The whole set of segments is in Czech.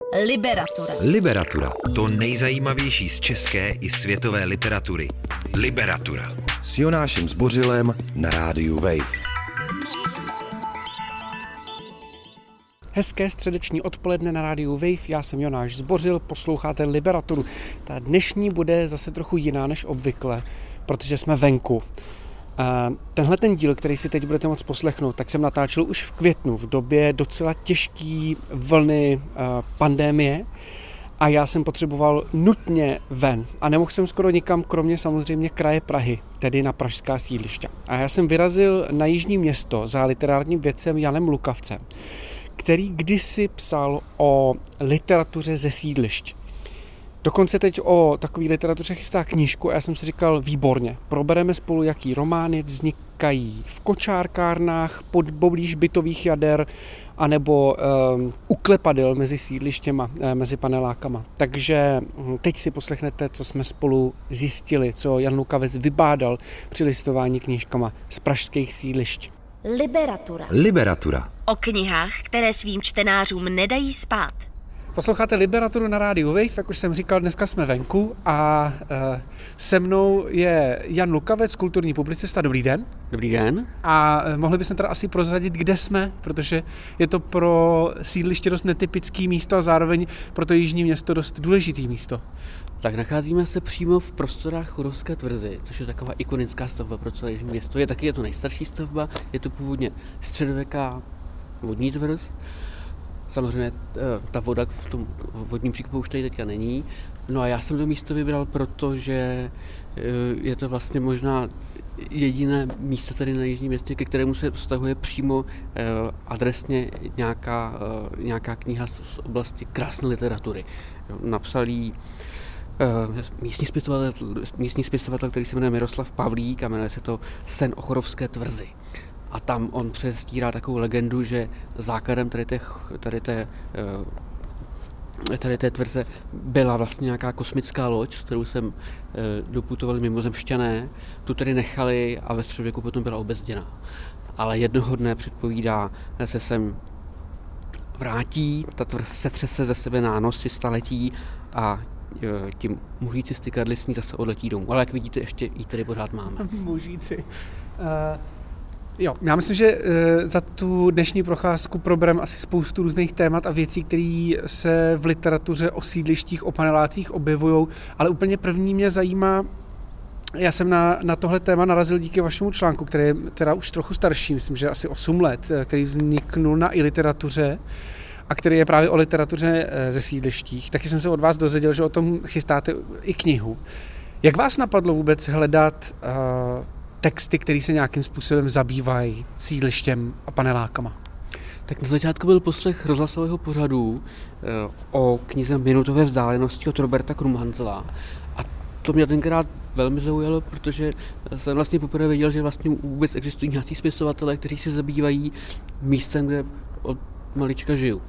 Liberatura. Liberatura. To nejzajímavější z české i světové literatury. Liberatura. S Jonášem Zbořilem na rádiu Wave. Hezké středeční odpoledne na rádiu Wave, já jsem Jonáš Zbořil, posloucháte Liberaturu. Ta dnešní bude zase trochu jiná než obvykle, protože jsme venku. Tenhle ten díl, který si teď budete moct poslechnout, tak jsem natáčel už v květnu, v době docela těžké vlny pandemie a já jsem potřeboval nutně ven a nemohl jsem skoro nikam, kromě samozřejmě kraje Prahy, tedy na pražská sídliště. A já jsem vyrazil na jižní město za literárním vědcem Janem Lukavcem, který kdysi psal o literatuře ze sídlišť. Dokonce teď o takové literatuře chystá knížku a já jsem si říkal, výborně, probereme spolu, jaký romány vznikají v kočárkárnách, poblíž bytových jader, anebo uklepadel mezi sídlištěma, mezi panelákama. Takže teď si poslechnete, co jsme spolu zjistili, co Jan Lukavec vybádal při listování knížkama z pražských sídlišť. Liberatura. Liberatura. O knihách, které svým čtenářům nedají spát. Posloucháte Liberaturu na rádiu Wave, jak už jsem říkal, dneska jsme venku a se mnou je Jan Lukavec, kulturní publicista. Dobrý den. Dobrý den. A mohli bychom teda asi prozradit, kde jsme, protože je to pro sídliště dost netypický místo a zároveň pro to jižní město dost důležitý místo. Tak nacházíme se přímo v prostorách Chorovské tvrzy, což je taková ikonická stavba pro celé jižní město. Je to nejstarší stavba, je to původně středověká vodní tvrz. Samozřejmě ta voda v tom vodním příkopu už tady teďka není. No a já jsem to místo vybral, protože je to vlastně možná jediné místo tady na jižním městě, ke kterému se vztahuje přímo adresně nějaká kniha z oblasti krásné literatury. Napsal jí místní spisovatel, který se jmenuje Miroslav Pavlík a jmenuje se to Sen o Chorovské tvrzi. A tam on předstírá takovou legendu, že základem tady té tvrze byla vlastně nějaká kosmická loď, s kterou sem doputovali mimozemšťané, tu tady nechali a ve středověku potom byla obezděná. Ale jednoho dne předpovídá, se sem vrátí, ta tvrz se třese ze sebe nánosy staletí a ti mužíci stykadli s ní zase odletí domů. Ale jak vidíte, ještě ji tady pořád máme. Mužíci. Jo, já myslím, že za tu dnešní procházku probereme asi spoustu různých témat a věcí, které se v literatuře o sídlištích, o panelácích objevují, ale úplně první mě zajímá, já jsem na tohle téma narazil díky vašemu článku, který je teda už trochu starší, myslím, že asi 8 let, který vzniknul na iliteratuře a který je právě o literatuře ze sídlištích. Taky jsem se od vás dozvěděl, že o tom chystáte i knihu. Jak vás napadlo vůbec hledat texty, které se nějakým způsobem zabývají sídlištěm a panelákama? Tak na začátku byl poslech rozhlasového pořadu o knize Minutové vzdálenosti od Roberta Krumhanzela. A to mě tenkrát velmi zaujalo, protože jsem vlastně poprvé věděl, že vlastně vůbec existují nějací spisovatelé, kteří se zabývají místem, kde od malička žiju.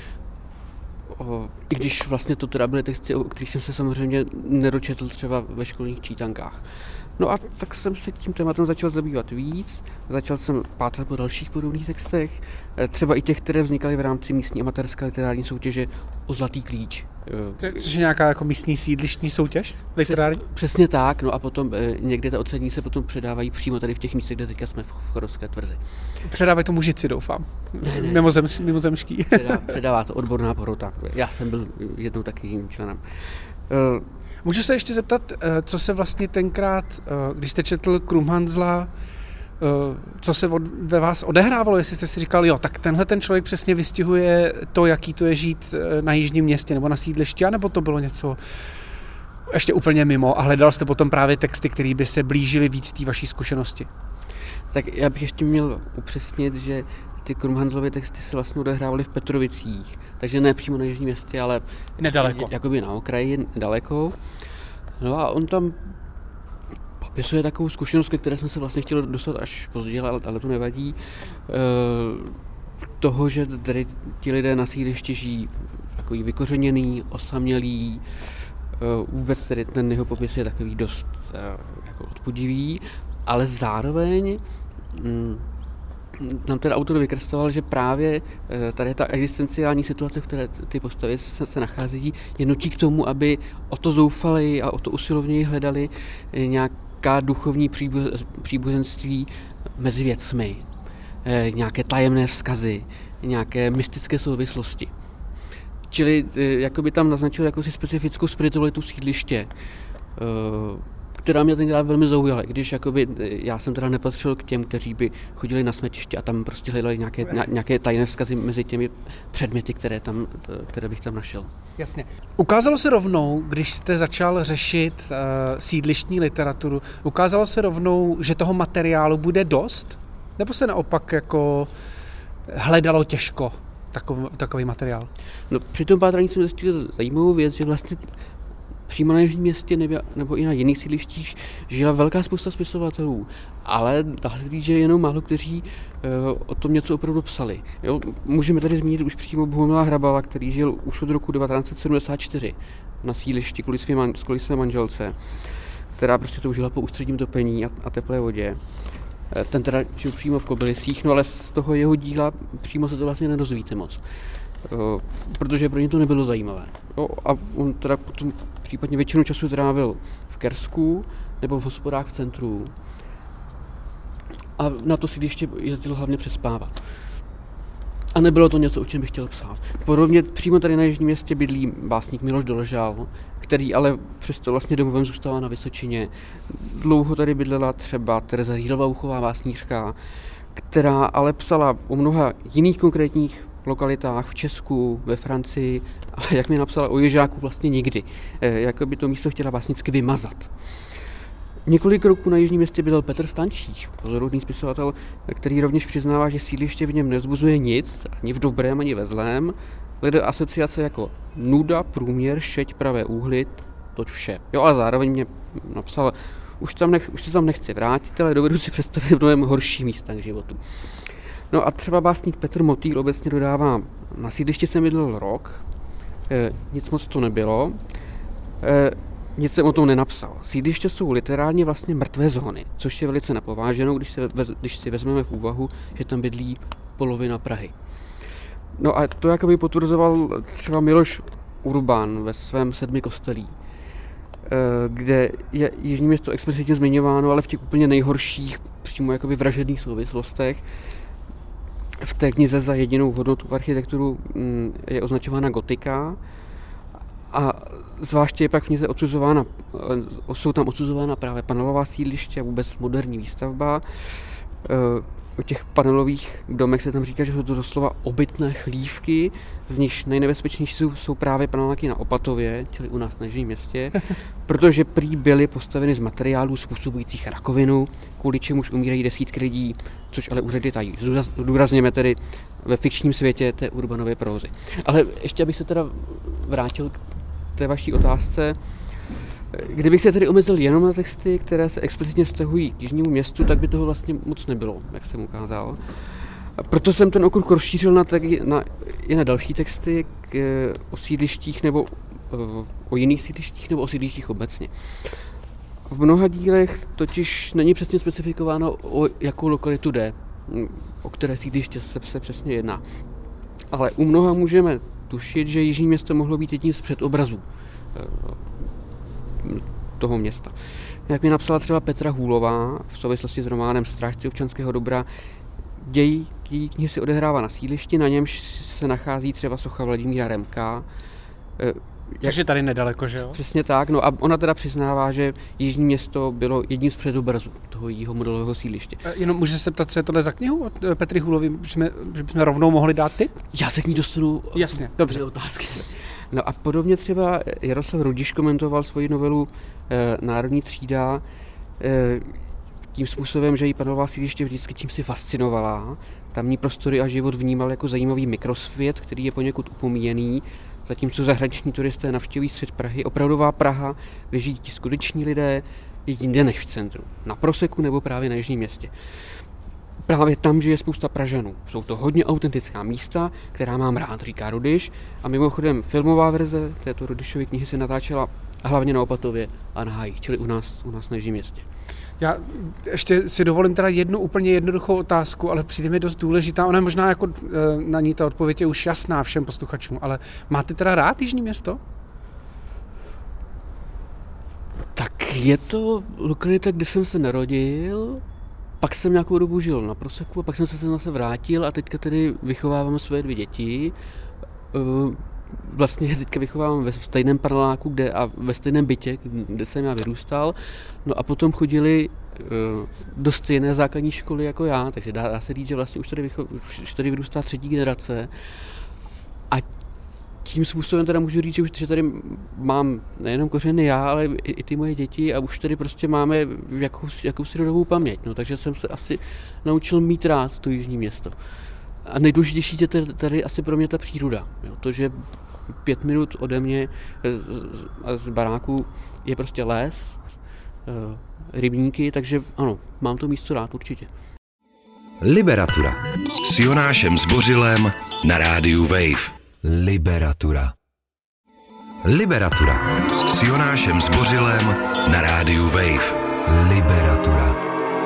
I když vlastně to teda byly texty, o kterých jsem se samozřejmě nedočetl třeba ve školních čítankách. No a tak jsem se tím tématem začal zabývat víc, začal jsem pátrat po dalších podobných textech, třeba i těch, které vznikaly v rámci místní amatérské literární soutěže o Zlatý klíč. Což je nějaká jako místní sídlištní soutěž literární? Přesně tak, no a potom někde ta ocenění se potom předávají přímo tady v těch místech, kde teďka jsme v Chorovské tvrzi. Předávají to mužici, doufám. Ne. Mimozemský. Předává to odborná porota. Já jsem byl jednou taky jejím členem. Můžu se ještě zeptat, co se vlastně tenkrát, když jste četl Krumhanzela, co se ve vás odehrávalo, jestli jste si říkal, jo, tak tenhle ten člověk přesně vystihuje to, jaký to je žít na jižním městě nebo na sídlišti, anebo to bylo něco ještě úplně mimo a hledal jste potom právě texty, které by se blížily víc té vaší zkušenosti? Tak já bych ještě měl upřesnit, že ty Krumhanzelovy texty se vlastně odehrávaly v Petrovicích, takže ne přímo na jižním městě, ale nedaleko. Jakoby na okraji, nedaleko. No a on tam popisuje takovou zkušenost, ke které jsme se vlastně chtěli dostat až později, ale to nevadí. Toho, že tady ti lidé na sídlišti žijí takový vykořeněný, osamělý, vůbec tedy ten jeho popis je takový dost jako odpudivý, ale zároveň tam ten autor vykresloval, že právě tady ta existenciální situace, v které ty postavy se nacházejí, je nutí k tomu, aby o to zoufali a o to usilovněji hledali nějaká duchovní příbuzenství mezi věcmi, nějaké tajemné vzkazy, nějaké mystické souvislosti. Čili jakoby tam naznačil jakousi specifickou spiritualitu sídliště, která mě tenkrát velmi zaujala, když jakoby já jsem teda nepatřil k těm, kteří by chodili na smetiště a tam prostě hledali nějaké tajné vzkazy mezi těmi předměty, které bych tam našel. Jasně. Ukázalo se rovnou, když jste začal řešit sídlištní literaturu, ukázalo se rovnou, že toho materiálu bude dost? Nebo se naopak jako hledalo těžko takový materiál? No, při tom pátrání jsem zjistil zajímavou věc, že vlastně přímo na Jižním Městě nebo i na jiných sídlištích žila velká spousta spisovatelů, ale dá se říct, že jenom málo kteří o tom něco opravdu psali. Jo? Můžeme tady zmínit už přímo Bohumila Hrabala, který žil už od roku 1974 na sídlišti kvůli své manželce, která prostě toužila po ústředním topení a teplé vodě. Ten teda žil přímo v Kobylisích, no ale z toho jeho díla přímo se to vlastně nedozvíte moc. Protože pro ně to nebylo zajímavé. Jo, a on teda potom případně většinu času trávil v Kersku nebo v hospodách v centru. A na to sídliště jezdil hlavně přespávat. A nebylo to něco, o čem bych chtěl psát. Podobně přímo tady na Jižním Městě bydlí básník Miloš Doležal, který ale přesto vlastně domovem zůstává na Vysočině. Dlouho tady bydlela třeba Tereza Rýdlová-Uchová, básnířka, která ale psala o mnoha jiných konkrétních lokalitách v Česku, ve Francii, ale jak mi napsala o Ježáku vlastně nikdy. Jako by to místo chtěla básnicky vymazat. Několik roků na Jižním Městě bydlel Petr Stančík, pozoruhodný spisovatel, který rovněž přiznává, že sídliště v něm nevzbuzuje nic, ani v dobrém, ani ve zlém. Lidé asociace jako nuda, průměr, šeť, pravé úhly, toť vše. Jo, a zároveň mě napsal, už se tam nechci vrátit, ale dovedu si představit mnohem horší místa k životu. No a třeba básník Petr Motýl obecně dodává, na sídlišti jsem bydlel rok, nic moc to nebylo, nic jsem o tom nenapsal. Sídliště jsou literárně vlastně mrtvé zóny, což je velice napováženou, když si vezmeme v úvahu, že tam bydlí polovina Prahy. No a to jakoby potvrzoval třeba Miloš Urban ve svém 7 kostelí, kde je Jižní Město explicitně zmiňováno, ale v těch úplně nejhorších, přímo jakoby vražedných souvislostech. V té knize za jedinou hodnotu architekturu je označována gotika a zvláště je pak v knize jsou tam odsuzována právě panelová sídliště a vůbec moderní výstavba. O těch panelových domech se tam říká, že jsou to doslova obytné chlívky, z nichž nejnebezpečnější jsou právě paneláky na Opatově, čili u nás na Jižním Městě, protože prý byly postaveny z materiálů způsobujících rakovinu, kvůli čemuž umírají desítky lidí, což ale úřady tají. Důrazněme tedy ve fikčním světě té Urbanovy prózy. Ale ještě abych se teda vrátil k té vaší otázce, kdybych se tedy omezil jenom na texty, které se explicitně vztahují k Jižnímu Městu, tak by toho vlastně moc nebylo, jak jsem ukázal. A proto jsem ten okruh rozšířil i na další texty o sídlištích nebo o jiných sídlištích nebo o sídlištích obecně. V mnoha dílech totiž není přesně specifikováno, o jakou lokalitu jde, o které sídliště se přesně jedná. Ale u mnoha můžeme tušit, že Jižní Město mohlo být jedním z předobrazů toho města. Jak mi napsala třeba Petra Hůlová v souvislosti s románem Strážci občanského dobra, děj její knihy se odehrává na sídlišti, na němž se nachází třeba socha Vladimíra Remka. Takže tady nedaleko, že jo? Přesně tak, no a ona teda přiznává, že Jižní Město bylo jedním z předobrazů toho jejího modelového sídliště. Jenom můžeš se ptat, co je tohle za knihu od Petry Hůlovy, že bychom rovnou mohli dát tip? Já se k ní dostanu. Jasně, dobře. Otázky. No a podobně třeba Jaroslav Rudiš komentoval svoji novelu Národní třída tím způsobem, že jí panelová sídliště vždycky tím si fascinovala. Tamní prostory a život vnímal jako zajímavý mikrosvět, který je poněkud upomíjený, zatímco zahraniční turisté navštěvují střed Prahy. Opravdová Praha, kde žijí ti skuteční lidé, je jinde než v centru. Na Proseku nebo právě na Jižním Městě. Právě tam žije spousta Pražanů. Jsou to hodně autentická místa, která mám rád, říká Rudiš. A mimochodem filmová verze této Rudišovy knihy se natáčela hlavně na Opatově a na Háji, čili u nás na Jižním Městě. Já ještě si dovolím teda jednu úplně jednoduchou otázku, ale přijde mi dost důležitá. Ona je možná jako na ní ta odpověď je už jasná všem posluchačům, ale máte teda rád Jižní Město? Tak je to lokalita, kde jsem se narodil, pak jsem nějakou dobu žil na Proseku a pak jsem se sem zase vrátil a teďka tedy vychovávám svoje 2 děti. Vlastně teďka vychovávám ve stejném paneláku a ve stejném bytě, kde jsem já vyrůstal. No a potom chodili do stejné základní školy jako já, takže dá se říct, že vlastně už tady vyrůstá 3. generace. A tím způsobem teda můžu říct, že tady mám nejenom kořeny já, ale i ty moje děti a už tady prostě máme jakousi rodovou paměť. No, takže jsem se asi naučil mít rád to Jižní Město. A nejdůležitější je tady asi pro mě ta příroda. Jo, to, že 5 minut ode mě z baráku je prostě les, rybníky, takže ano, mám to místo rád určitě. Liberatura s Jonášem Zbořilem na rádiu Wave. Liberatura. Liberatura s Jonášem Zbořilem na rádiu Wave. Liberatura.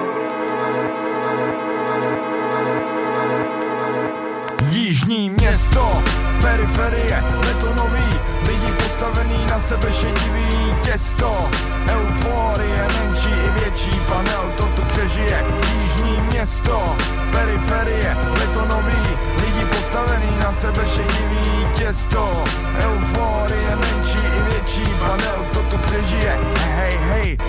Jižní Město, periferie, betonový, lidi postavený na sebe šedivý těsto. Euforie, menší i větší panel, to tu přežije. Jižní Město, periferie, betonový, lidi postavený na sebe šedivý těsto. Euforie, menší i větší panel, to tu přežije. Hej, hej.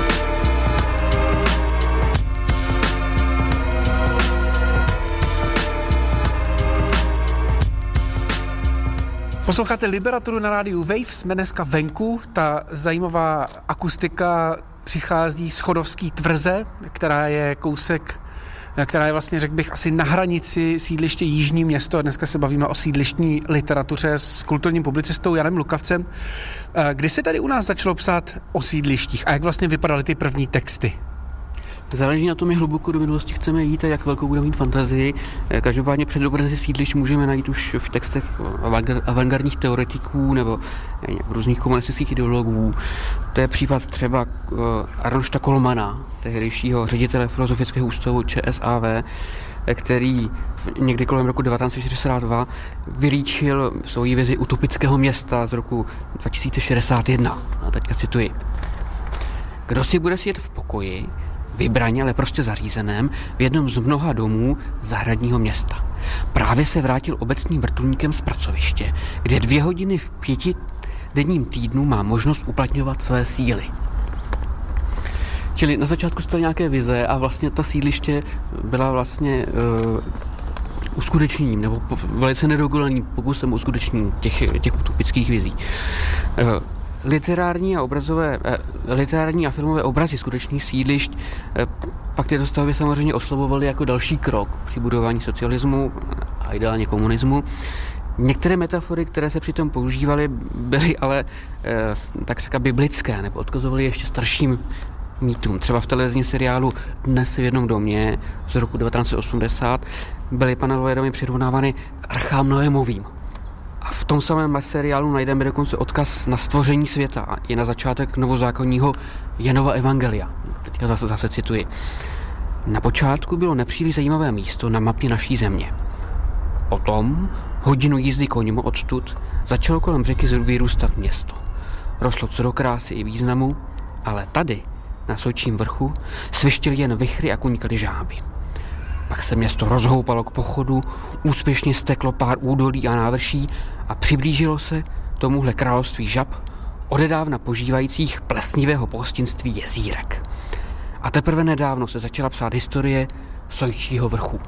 Posloucháte Liberaturu na rádiu Wave, jsme dneska venku, ta zajímavá akustika přichází z Chodovské tvrze, která je kousek, která je vlastně, řekl bych, asi na hranici sídliště Jižní Město a dneska se bavíme o sídlištní literatuře s kulturním publicistou Janem Lukavcem. Kdy se tady u nás začalo psát o sídlištích a jak vlastně vypadaly ty první texty? Záleží na tom, jak hluboko do minulosti chceme jít a jak velkou budeme mít fantazii. Každopádně předobrazy sídlišť můžeme najít už v textech avantgardních teoretiků nebo různých komunistických ideologů. To je případ třeba Arnošta Kolmana, tehdejšího ředitele Filozofického ústavu ČSAV, který někdy kolem roku 1962 vylíčil svoji vizi utopického města z roku 2061. A teďka cituji. Kdo si bude sedět v pokoji, vybraně, ale prostě zařízeném, v jednom z mnoha domů zahradního města. Právě se vrátil obecním vrtulníkem z pracoviště, kde 2 hodiny v 5denním týdnu má možnost uplatňovat své síly. Čili na začátku staly nějaké vize a vlastně ta sídliště byla vlastně uskutečněním, nebo velice nedokonaleným pokusem uskutečnění těch utopických vizí. Literární a filmové obrazy skutečných sídlišť pak tyto stavby samozřejmě oslovovaly jako další krok při budování socialismu a ideálně komunismu. Některé metafory, které se přitom používaly, byly ale tak říká biblické nebo odkazovaly ještě starším mýtům. Třeba v televizním seriálu Dnes v jednom domě z roku 1980 byly panelové domy přirovnávány k archám Noémovým. A v tom samém seriálu najdeme dokonce odkaz na stvoření světa i na začátek novozákonního Janova evangelia. Teďka zase cituji. Na počátku bylo nepříliš zajímavé místo na mapě naší země. Potom, hodinu jízdy koňmo odtud, začalo kolem řeky vyrůstat město. Rostlo co do krásy i významu, ale tady, na Sočím vrchu, svištěly jen vichry a kunikaly žáby. Pak se město rozhoupalo k pochodu, úspěšně steklo pár údolí a návrší a přiblížilo se tomuhle království žab, odedávna požívajících plesnivého pohostinství jezírek. A teprve nedávno se začala psát historie Sojčího vrchu.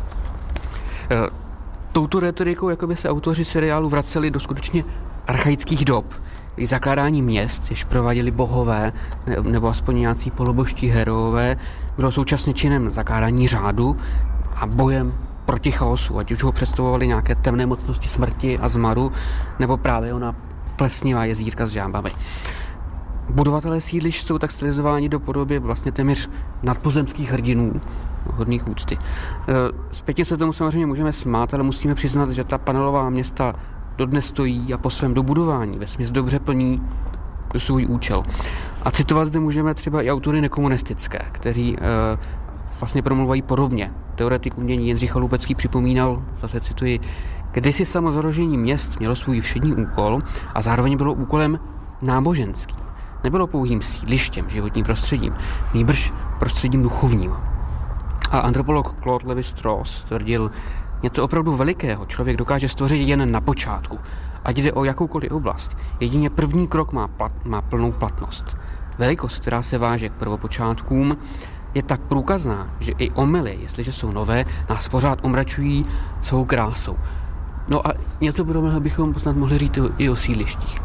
Touto retorikou jakoby se autoři seriálu vraceli do skutečně archaických dob, kdy zakládání měst, jež prováděli bohové nebo aspoň nějací polobožští heroové, bylo současně činem zakládání řádu a bojem proti chaosu, ať už ho představovali nějaké temné mocnosti smrti a zmaru, nebo právě ona plesnivá jezírka s žábami. Budovatelé sídlišť jsou tak stylizováni do podoby vlastně téměř nadpozemských hrdinů, hodných úcty. Zpětně se tomu samozřejmě můžeme smát, ale musíme přiznat, že ta panelová města dodnes stojí a po svém dobudování vesměs dobře plní svůj účel. A citovat zde můžeme třeba i autory nekomunistické, kteří vlastně promluvají podobně. Teoretik umění Jindřich Chaloupecký připomínal, zase cituji, kdysi samozaložení měst mělo svůj všední úkol a zároveň bylo úkolem náboženským. Nebylo pouhým sídlištěm, životním prostředím, nýbrž prostředím duchovním. A antropolog Claude Lévi-Strauss tvrdil, něco opravdu velikého člověk dokáže stvořit jen na počátku, ať jde o jakoukoliv oblast. Jedině první krok má plnou platnost. Velikost, která se váže k prvopočátkům, je tak průkazná, že i omyly, jestliže jsou nové, nás pořád omračují svou krásou. No a něco podobného bychom snad mohli říct i o sídlištích.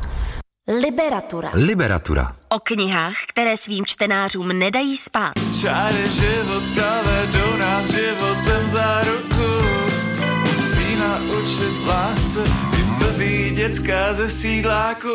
Liberatura. O knihách, které svým čtenářům nedají spát. Čáry života vedou nás životem za ruku. Musí naučit lásce i blbý děcka ze sídláku.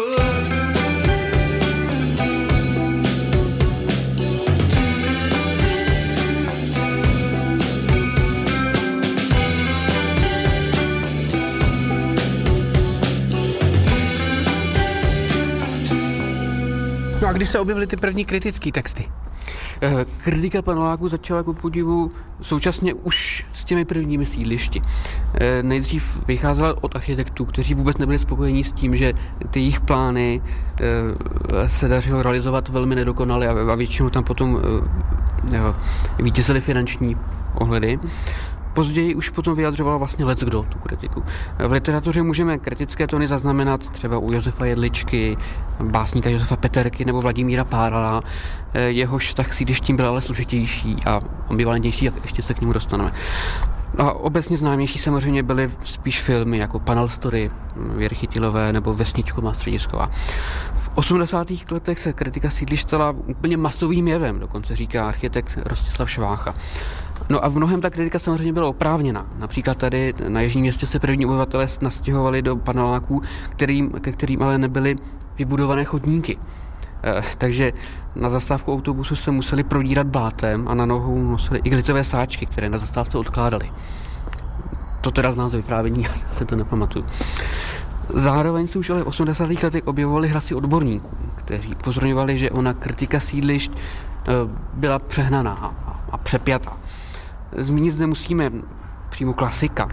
No a kdy se objevily ty první kritické texty? Kritika paneláků začala ku podivu současně už s těmi prvními sídlišti. Nejdřív vycházela od architektů, kteří vůbec nebyli spokojení s tím, že ty jejich plány se dařilo realizovat velmi nedokonale a většinou tam potom vítězily finanční ohledy. Později už potom vyjadřoval vlastně leckdo tu kritiku. V literatuře můžeme kritické tóny zaznamenat třeba u Josefa Jedličky, básníka Josefa Peterky nebo Vladimíra Párala. Jehož vztah k sídlištím byl ale složitější a ambivalentnější, jak ještě se k němu dostaneme. A obecně známější samozřejmě byly spíš filmy jako Panel Story Věry Chytilové nebo Vesničková středisková. V 80. letech se kritika sídlišť stala úplně masovým jevem, dokonce říká architekt Rostislav Švácha. No a v mnohem ta kritika samozřejmě byla oprávněna. Například tady na Jižním Městě se první obyvatelé nastěhovali do paneláků, ke kterým ale nebyly vybudované chodníky. Takže na zastávku autobusu se museli prodírat blátem a na nohou nosili iglitové sáčky, které na zastávce odkládali. To teda znám z vyprávění, já se to nepamatuju. Zároveň se už ale v 80. letech objevovaly hlasy odborníků, kteří upozorňovali, že ona kritika sídlišť byla přehnaná a přepjatá. Zmínit zde musíme přímo klasika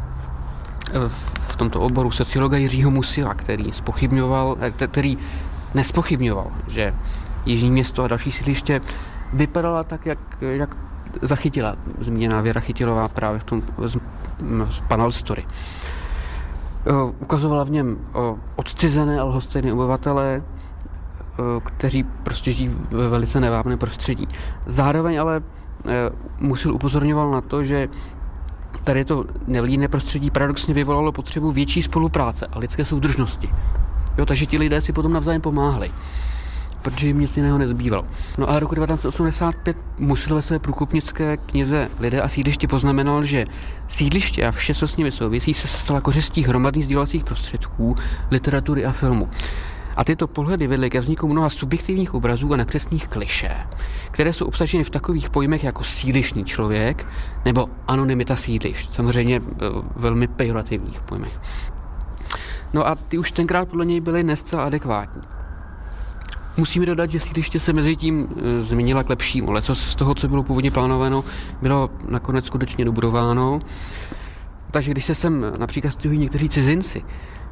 v tomto oboru sociologa Jiřího Musila, který nespochybňoval, že Jižní Město a další sídliště vypadala tak, jak zachytila zmíněná Věra Chytilová právě v tom Panel Story. Ukazovala v něm odcizené a lhostejné obyvatele, kteří prostě žijí ve velice nevábném prostředí. Zároveň ale Musil upozorňoval na to, že tady to nevlídné prostředí paradoxně vyvolalo potřebu větší spolupráce a lidské soudržnosti. Takže ti lidé si potom navzájem pomáhali, protože jim nic jiného nezbývalo. No a roku 1985 Musil ve své průkopnické knize Lidé a sídliště poznamenal, že sídliště a vše, co s nimi souvisí, se stala kořistí hromadných sdělovacích prostředků, literatury a filmu. A tyto pohledy vedly ke vzniku mnoha subjektivních obrazů a nepřesných klišé, které jsou obsaženy v takových pojmech jako sídlištní člověk nebo anonymita sídlišť, samozřejmě velmi pejorativních pojmech. No a ty už tenkrát podle něj byly nezcela adekvátní. Musíme dodat, že sídliště se mezi tím změnila k lepšímu, ale co z toho, co bylo původně plánováno, bylo nakonec skutečně dobudováno. Takže když se sem například stěhují někteří cizinci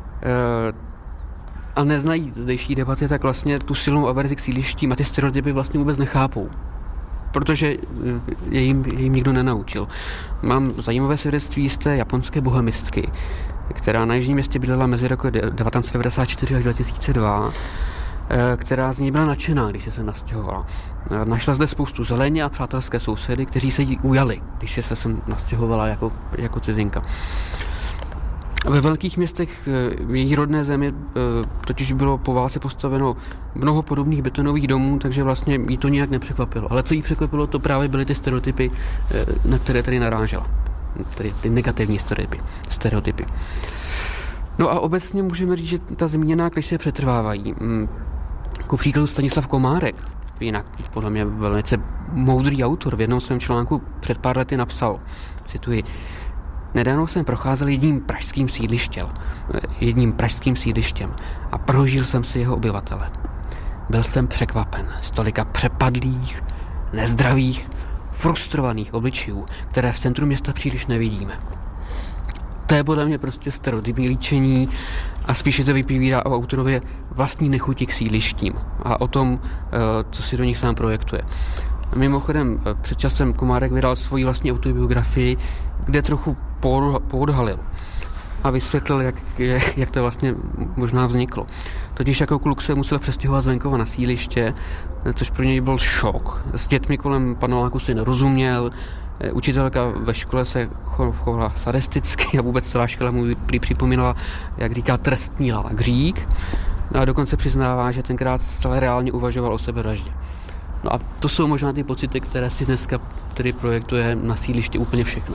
a neznají zdejší debaty, tak vlastně tu silnou averzi k sídlištím a ty stereotypy vlastně vůbec nechápou, protože je jim nikdo nenaučil. Mám zajímavé svědectví z té japonské bohemistky, která na Jižním Městě bydlela mezi roku 1994 až 2002, která z ní byla nadšená, když se sem nastěhovala. Našla zde spoustu zeleně a přátelské sousedy, kteří se jí ujali, když se sem nastěhovala jako cizinka. Ve velkých městech v její rodné zemi totiž bylo po válce postaveno mnoho podobných betonových domů, takže vlastně jí to nějak nepřekvapilo. Ale co jí překvapilo, to právě byly ty stereotypy, na které tady narážela. Tedy ty negativní stereotypy. No a obecně můžeme říct, že ta zmíněná klišé přetrvávají. Ku příkladu Stanislav Komárek, jinak podle mě velice moudrý autor, v jednom svém článku před pár lety napsal, cituji, nedávno jsem procházel jedním pražským sídlištěm a prožil jsem si jeho obyvatele. byl jsem překvapen z tolika přepadlých, nezdravých, frustrovaných obličejů, které v centru města příliš nevidíme. To je podle mě prostě stereotypní líčení a spíše to vypovídá o autorově vlastní nechuti k sídlištím a o tom, co si do nich sám projektuje. Mimochodem, před časem Komárek vydal svoji vlastní autobiografii, kde trochu poodhalil a vysvětlil, jak to vlastně možná vzniklo. Totiž jako kluk se musel přestěhovat z venkova na sídliště, což pro něj byl šok. S dětmi kolem paneláku si nerozuměl, učitelka ve škole se chovala sadisticky a vůbec celá škola mu připomínala, jak říká, trestní lalagřík. A dokonce přiznává, že tenkrát zcela reálně uvažoval o sebevraždě. No a to jsou možná ty pocity, které si dneska tedy projektuje na sídlišti úplně všechno.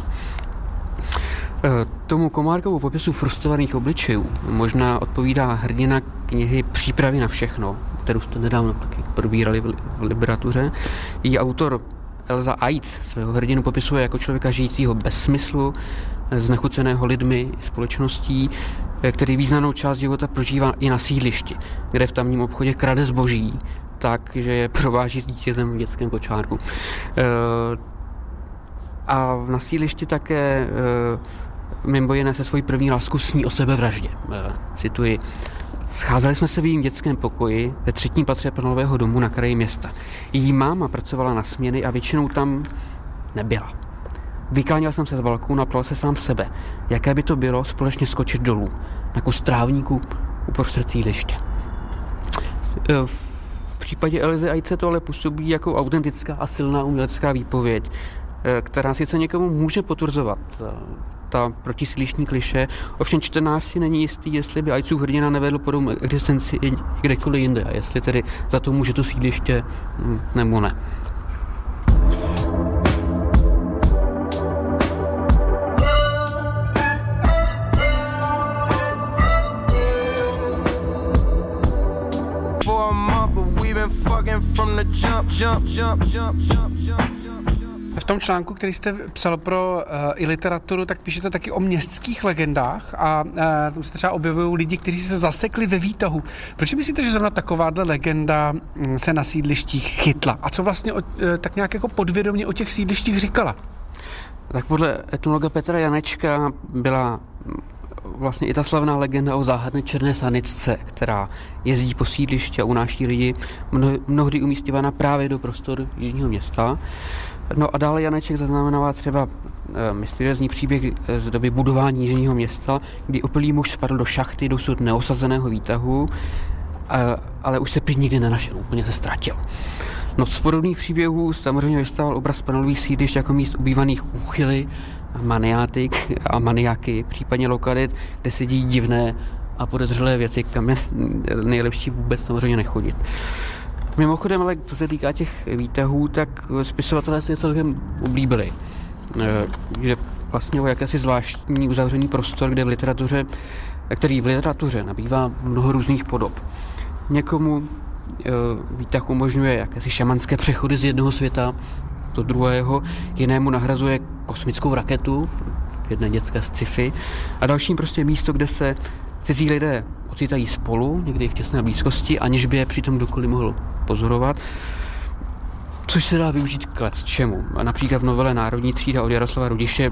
Tomu Komárkovu popisu frustrovaných obličejů možná odpovídá hrdina knihy Přípravy na všechno, kterou jste nedávno taky probírali v literatuře. Její autor Elza Aitz svého hrdinu popisuje jako člověka žijícího bez smyslu, znechuceného lidmi, společností, který významnou část života prožívá i na sídlišti, kde v tamním obchodě krade zboží, takže je prováží s dítětem v dětském kočárku. A na sídlišti také mimo jiné se svojí první lásku sní o sebevraždě. Cituji: scházeli jsme se v jejím dětském pokoji ve 3. patře panelového domu na kraji města. Její máma pracovala na směny a většinou tam nebyla. Vykláněl jsem se z balkónu a ptal se sám sebe, jaké by to bylo společně skočit dolů na kus trávníku uprostřed sídliště. V případě Elzy Aitze to ale působí jako autentická a silná umělecká výpověď, která sice někomu může potvrzovat ta protisídlištní kliše, ovšem čtenář si není jistý, jestli by Aitzův hrdina nevedl podobnou existenci i kdekoliv jinde, a jestli tedy za to může to sídliště nebo ne. V tom článku, který jste psal pro i literaturu, tak píšete taky o městských legendách a tam se třeba objevují lidi, kteří se zasekli ve výtahu. Proč myslíte, že zrovna takováhle legenda se na sídlištích chytla? A co vlastně tak nějak jako podvědomě o těch sídlištích říkala? Tak podle etnologa Petra Janečka byla vlastně i ta slavná legenda o záhadné černé sanitce, která jezdí po sídlišti a unáší lidi, mnohdy umístěvána právě do prostor jižního města. No a dále Janeček zaznamenává třeba mysteriózní příběh z doby budování jižního města, kdy opilý muž spadl do šachty dosud neosazeného výtahu, ale už se prý nikdy nenašel, úplně se ztratil. No z podobných příběhů samozřejmě vystával obraz panelových sídlišť jako míst ubývaných úchyly, maniaky, případně lokalit, kde se dějí divné a podezřelé věci, kam je nejlepší vůbec samozřejmě nechodit. Mimochodem, ale co se týká těch výtahů, tak spisovatelé si je celkem oblíbili. Že vlastně o jakési zvláštní uzavřený prostor, který v literatuře nabývá mnoho různých podob. Někomu výtah umožňuje jakési šamanské přechody z jednoho světa do druhého, jinému nahrazuje kosmickou raketu v jedné dětské sci-fi a dalším prostě místo, kde se cizí lidé ocitají spolu, někdy v těsné blízkosti, aniž by je přitom kdokoliv mohl pozorovat, což se dá využít k lecčemu. A například v novele Národní třída od Jaroslava Rudiše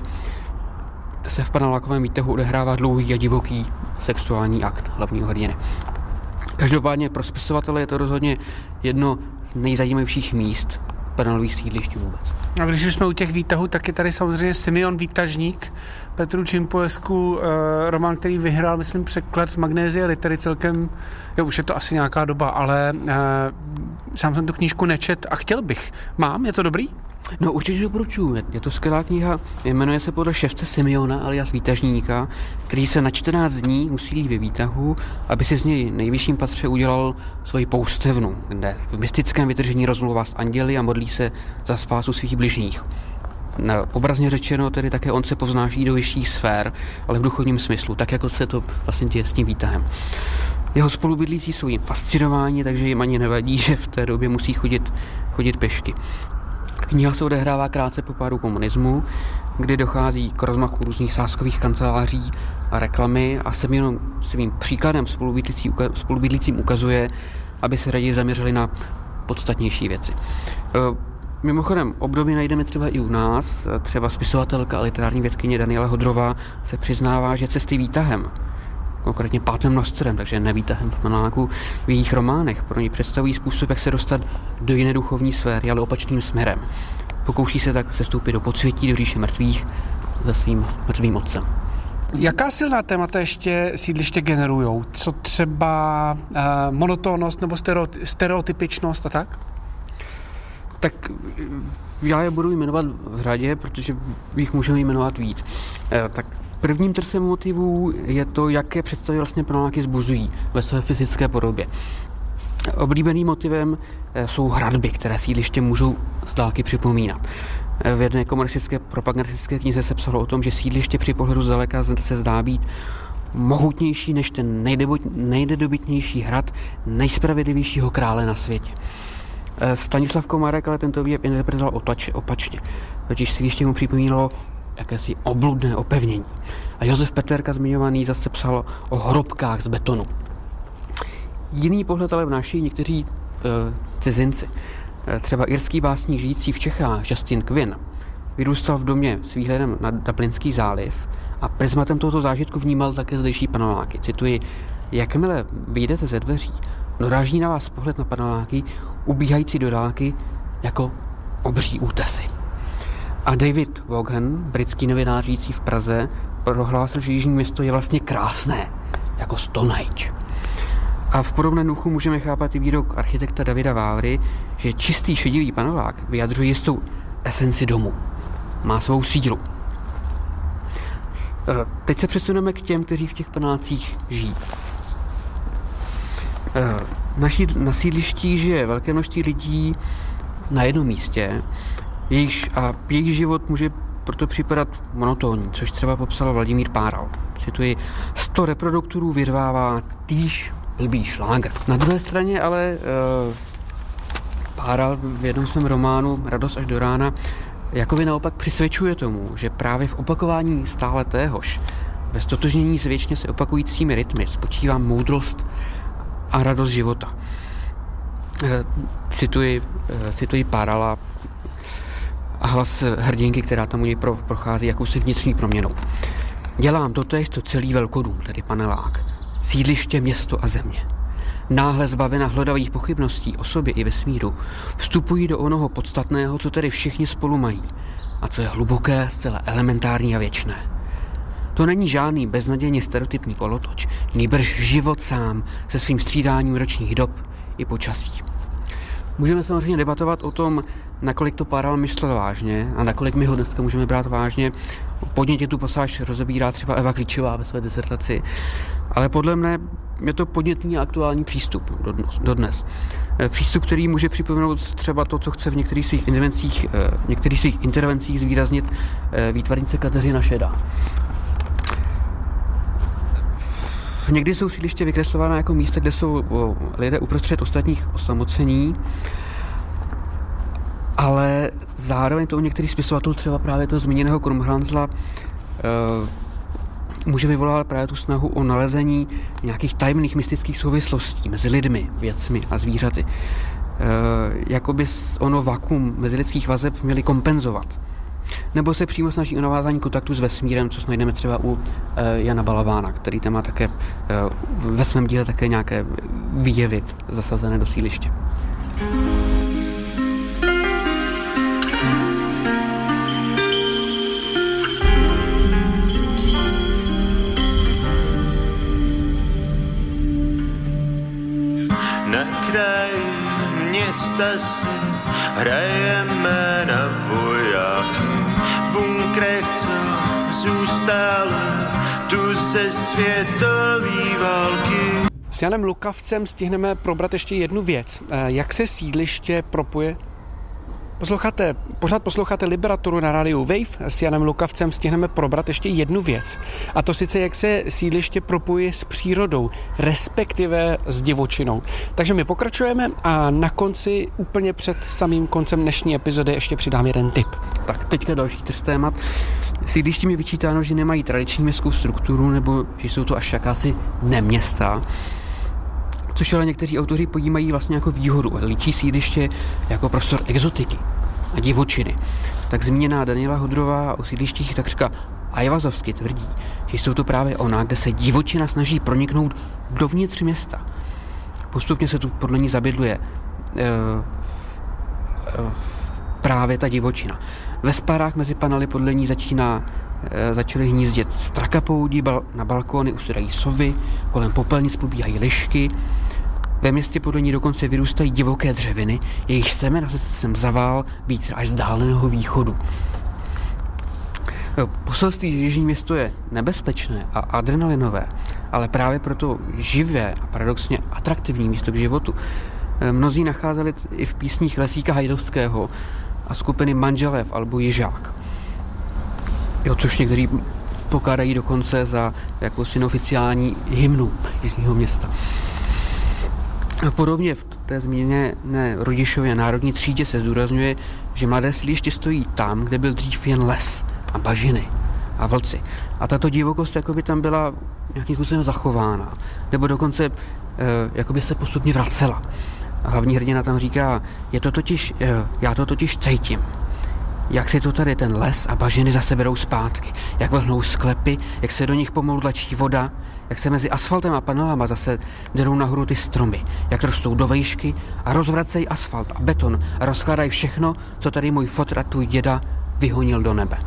se v panelákovém výtahu odehrává dlouhý a divoký sexuální akt hlavního hrdiny. Každopádně pro spisovatele je to rozhodně jedno z nejzajímavějších míst panelových sídlišť vůbec. A když už jsme u těch výtahů, tak je tady samozřejmě Simeon Výtažník, Petru Čimpolesku, román, který vyhrál, myslím, překlad z Magnézie litery celkem, už je to asi nějaká doba, ale sám jsem tu knížku nečet a chtěl bych. Mám? Je to dobrý? No určitě doporučuji. Je to skvělá kniha, jmenuje se podle ševce Simeona alias Výtažníka, který se na 14 dní usílí ve výtahu, aby si z něj nejvyšším patře udělal svoji poustevnu, kde v mystickém vytržení rozmluvá s anděli a modlí se za spásu svých bližních. Obrazně řečeno, tedy také on se povznáší do vyšších sfér, ale v duchovním smyslu, tak jako se to vlastně děje s tím výtahem. Jeho spolubydlící jsou jim fascinováni, takže jim ani nevadí, že v té době musí chodit pěšky. Kniha se odehrává krátce po pádu komunismu, kdy dochází k rozmachu různých sázkových kanceláří a reklamy a Simeon svým příkladem spolubydlícím ukazuje, aby se raději zaměřili na podstatnější věci. Mimochodem, období najdeme třeba i u nás. Třeba spisovatelka a literární vědkyně Daniela Hodrová se přiznává, že cesty výtahem, konkrétně pátým nostrem, takže nevýtahem v paneláku, v jejich románech pro ní představují způsob, jak se dostat do jiné duchovní sféry, ale opačným směrem. Pokouší se tak sestoupit do podsvětí, do říše mrtvých za svým mrtvým otcem. Jaká silná témata ještě sídliště generujou? Co třeba monotónnost nebo stereotypičnost a tak? Tak já je budu jmenovat v řadě, protože jich můžeme jmenovat víc. Tak prvním trsem motivů je to, jaké představy vlastně paneláky zbuzují ve své fyzické podobě. Oblíbeným motivem jsou hradby, které sídliště můžou z dálky připomínat. V jedné komunistické propagandistické knize se psalo o tom, že sídliště při pohledu zdaleka se zdá být mohutnější než ten nejnedobytnější hrad nejspravedlivějšího krále na světě. Stanislav Komárek ale tento výjev interpretoval opačně, totiž sídliště mu připomínalo jakési obludné opevnění. A Josef Peterka zmiňovaný zase psal o hrobkách z betonu. Jiný pohled ale vnáší někteří cizinci. Třeba irský básník žijící v Čechách Justin Quinn vyrůstal v domě s výhledem na Dublinský záliv a prismatem tohoto zážitku vnímal také zdejší paneláky. Cituji: jakmile vyjdete ze dveří, doráží na vás pohled na paneláky, ubíhající do dálky jako obří útesy. A David Vaughan, britský novinář žijící v Praze, prohlásil, že Jižní Město je vlastně krásné, jako Stonehenge. A v podobném duchu můžeme chápat i výrok architekta Davida Vávry, že čistý šedivý panelák vyjadřuje jistou esenci domu. Má svou sílu. Teď se přesuneme k těm, kteří v těch panelácích žijí. Na sídlišti žije velké množství lidí na jednom místě, jejich život může proto připadat monotónní, což třeba popsal Vladimír Páral. Cituji: 100 reproduktorů vyrvává týž blbý šlágr. Na druhé straně ale Páral v jednom svém románu Radost až do rána jakoby naopak přisvědčuje tomu, že právě v opakování stále téhož, ve ztotožnění s věčně se opakujícími rytmy spočívá moudrost a radost života. Cituji Párala a hlas hrdinky, která tam u něj prochází jakousi vnitřní proměnou. Dělám totéž, co celý velkodům, tedy panelák. Sídliště, město a země. Náhle zbavena hlodavých pochybností o sobě i vesmíru, vstupují do onoho podstatného, co tedy všichni spolu mají, a co je hluboké, zcela elementární a věčné. To není žádný beznadějně stereotypní kolotoč, nýbrž život sám se svým střídáním ročních dob i počasí. Můžeme samozřejmě debatovat o tom, nakolik to Páral myslel vážně a nakolik my ho dneska můžeme brát vážně. Podnětně tu pasáž rozebírá třeba Eva Klíčová ve své disertaci, ale podle mne je to podnětný a aktuální přístup dodnes. Přístup, který může připomenout třeba to, co chce v některých svých intervencích zvýraznit výtvarnice Kateřina Šedá. Někdy jsou sídliště vykreslována jako místa, kde jsou lidé uprostřed ostatních osamocení, ale zároveň to u některých spisovatelů, třeba právě toho zmíněného Krumhranzla, může vyvolávat právě tu snahu o nalezení nějakých tajemných mystických souvislostí mezi lidmi, věcmi a zvířaty. Jakoby ono vakuum mezilidských vazeb měli kompenzovat. Nebo se přímo snaží o navázání kontaktu s vesmírem, co najdeme třeba u Jana Balavána, který tam má také ve svém díle také nějaké výjevy zasazené do sídliště. Na kraji města si hrajeme na vojáky, v bunkrech, co zůstaly tu ze světové války. S Janem Lukavcem stihneme probrat ještě jednu věc. Jak se sídliště propojuje? Pořád posloucháte Liberaturu na rádiu Wave. S Janem Lukavcem stihneme probrat ještě jednu věc. A to sice, jak se sídliště propojuje s přírodou, respektive s divočinou. Takže my pokračujeme a na konci, úplně před samým koncem dnešní epizody, ještě přidám jeden tip. Tak teďka další trest témat. Sídliště mi vyčítáno, že nemají tradiční městskou strukturu, nebo že jsou to až jakási neměsta. což ale někteří autoři pojímají vlastně jako výhodu. Líčí sídliště jako prostor exotiky a divočiny. Tak zmíněná Daniela Hodrová o sídlištích takřka ajvazovsky tvrdí, že jsou to právě ona, kde se divočina snaží proniknout dovnitř města. Postupně se tu podle ní zabydluje právě ta divočina. Ve spárách mezi panely podle ní začaly hnízdět strakapoudi, na balkóny usedají sovy, kolem popelnic pobíhají lišky. Ve městě podle ní dokonce vyrůstají divoké dřeviny, jejich semena se sem zavál vítr až z dálného východu. Poselství, že Jižní Město je nebezpečné a adrenalinové, ale právě proto živé a paradoxně atraktivní místo k životu, mnozí nacházeli i v písních Lesíka Hajdovského a skupiny Manželé v albu Jižák. Což někteří pokládají dokonce za jakousi neoficiální hymnu Jižního Města. A podobně v té zmíněné Rodišově národní třídě se zdůrazňuje, že mladé sídliště stojí tam, kde byl dřív jen les a bažiny a vlci. A tato divokost jakoby tam byla nějakým způsobem zachována, nebo dokonce jakoby se postupně vracela. A hlavní hrdina tam říká, já to totiž cítím. Jak si to tady ten les a bažiny zase berou zpátky, jak vlhnou sklepy, jak se do nich pomalu tlačí voda, jak se mezi asfaltem a panelama zase derou nahoru ty stromy, jak rostou do vejšky a rozvracejí asfalt a beton a rozkládají všechno, co tady můj fotr a tvůj děda vyhonil do nebe.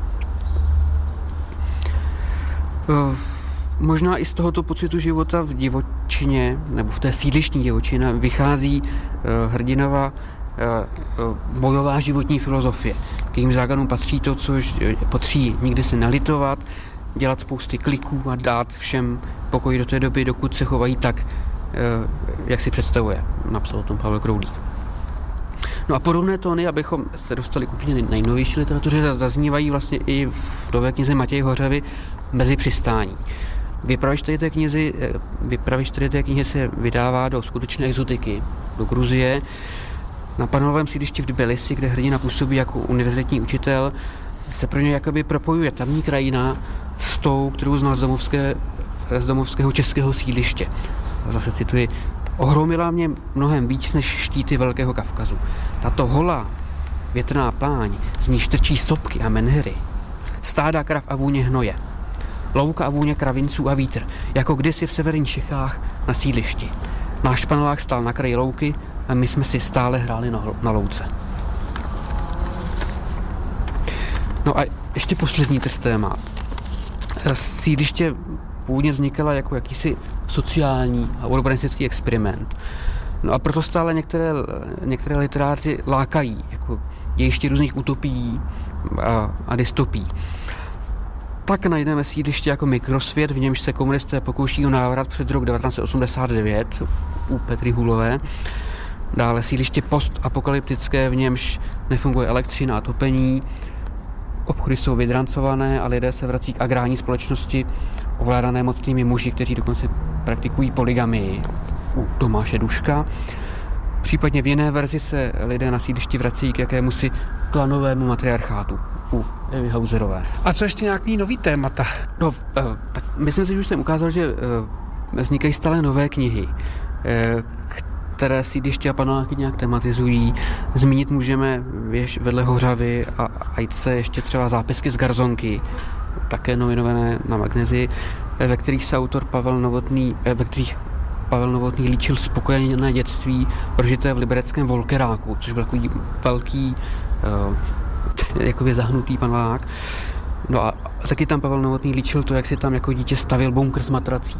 Možná i z tohoto pocitu života v divočině, nebo v té sídlištní divočině, vychází hrdinova bojová životní filozofie. K jejím základům patří to, co potří nikdy se nalitovat, dělat spousty kliků a dát všem pokoj do té doby, dokud se chovají tak, jak si představuje. Napsal o tom Pavel Kroulík. No a podobné tóny, abychom se dostali k úplně nejnovější literatuře, zaznívají vlastně i v nové knize Matěje Hořavy Mezi přistání. Vypravěč tady té knihy se vydává do skutečné exotiky, do Gruzie, na panelovém sídlišti v Tbilisi, kde hrdina působí jako univerzitní učitel, se pro něj jakoby propojuje tamní krajina s tou, kterou znal z domovského českého sídliště. A zase cituji, ohromila mě mnohem víc než štíty Velkého Kavkazu. Tato holá větrná pláň, z níž trčí sopky a menhery, stáda krav a vůně hnoje, louka a vůně kravinců a vítr, jako kdysi v severních Čechách na sídlišti. Náš panelák stál na kraji louky a my jsme si stále hráli na louce. No a ještě poslední téma. Sídliště původně vznikala jako jakýsi sociální a urbanistický experiment. No a proto stále některé literáty lákají, jako dějiště různých utopií a dystopií. Tak najdeme sídliště jako mikrosvět, v němž se komunisté pokouší o návrat před rok 1989 u Petry Hulové. Dále sídliště postapokalyptické, v němž nefunguje elektřina a topení, obchody jsou vydrancované a lidé se vrací k agrární společnosti ovládané mocnými muži, kteří dokonce praktikují polygamii u Tomáše Duška. Případně v jiné verzi se lidé na sídlišti vrací k jakémusi klanovému matriarchátu u Evy Hauserové. A co ještě nějaký nový témata? No, tak myslím si, že už jsem ukázal, že vznikají stále nové knihy, které sídliště a paneláky nějak tematizují. Zmínit můžeme vedle Hořavy a Ajce ještě třeba zápisky z Garzonky, také nominované na Magnézii, ve kterých se autor Pavel Novotný líčil spokojené dětství prožité v libereckém Volkeráku, což byl takový velký jakoby zahnutý panelák. No a taky tam Pavel Novotný líčil to, jak si tam jako dítě stavil bunkr z matrací.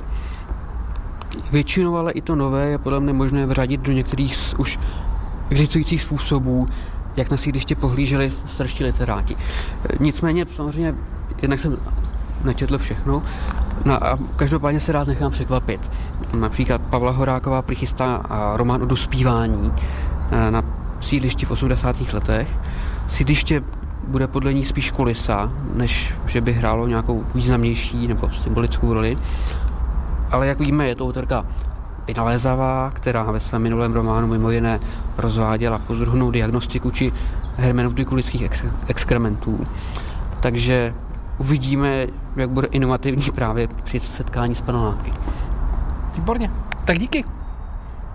Většinou ale i to nové je podle mě možné vřadit do některých z už existujících způsobů, jak na sídliště pohlíželi starší literáti. Nicméně samozřejmě jednak jsem nečetl všechno, no a každopádně se rád nechám překvapit. Například Pavla Horáková přichystá román o dospívání na sídlišti v 80. letech. Sídliště bude podle ní spíš kulisa, než že by hrálo nějakou významnější nebo symbolickou roli. Ale jak víme, je to autorka vynalézavá, která ve svém minulém románu mimo jiné rozváděla pozoruhodnou diagnostiku či hermeneutiku lidských exkrementů. Takže uvidíme, jak bude inovativní právě při setkání s paneláky. Výborně. Tak díky.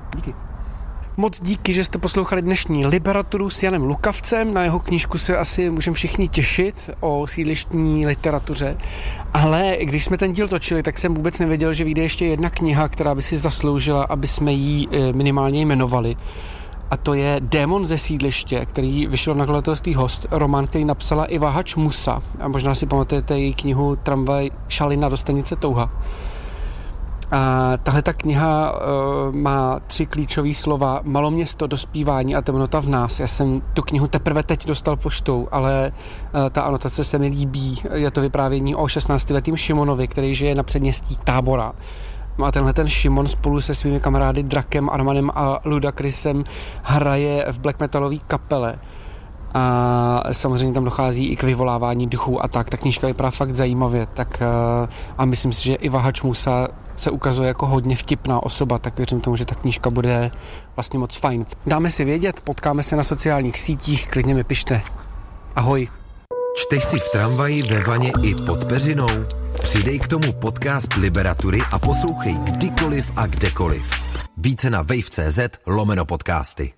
Díky. Moc díky, že jste poslouchali dnešní Liberaturu s Janem Lukavcem. Na jeho knížku se asi můžeme všichni těšit o sídlištní literatuře. Ale když jsme ten díl točili, tak jsem vůbec nevěděl, že vyjde ještě jedna kniha, která by si zasloužila, aby jsme ji minimálně jmenovali. A to je Démon ze sídliště, který vyšel v nakladatelství Host, román, který napsala Iva Hač-Musa. A možná si pamatujete její knihu Tramvaj Šalina do stanice Touha. A tahle ta kniha má 3 klíčové slova: maloměsto, dospívání a temnota v nás. Já jsem tu knihu teprve teď dostal poštou, ale ta anotace se mi líbí. Je to vyprávění o 16letým Šimonovi, který žije na předměstí Tábora. A tenhle ten Šimon spolu se svými kamarády Drakem, Armanem a Ludacrisem hraje v black metalové kapele. A samozřejmě tam dochází i k vyvolávání duchů a tak. Ta knížka vypadá fakt zajímavě. A myslím si, že Iva Hač-Musa se ukazuje jako hodně vtipná osoba, tak věřím tomu, že ta knížka bude vlastně moc fajn. Dáme si vědět, potkáme se na sociálních sítích, klidně mi pište. Ahoj. Čteš si v tramvaji, ve vaně i pod peřinou? Přidej k tomu podcast Liberatury a poslouchej kdykoliv a kdekoliv. Více na wave.cz/podcasty.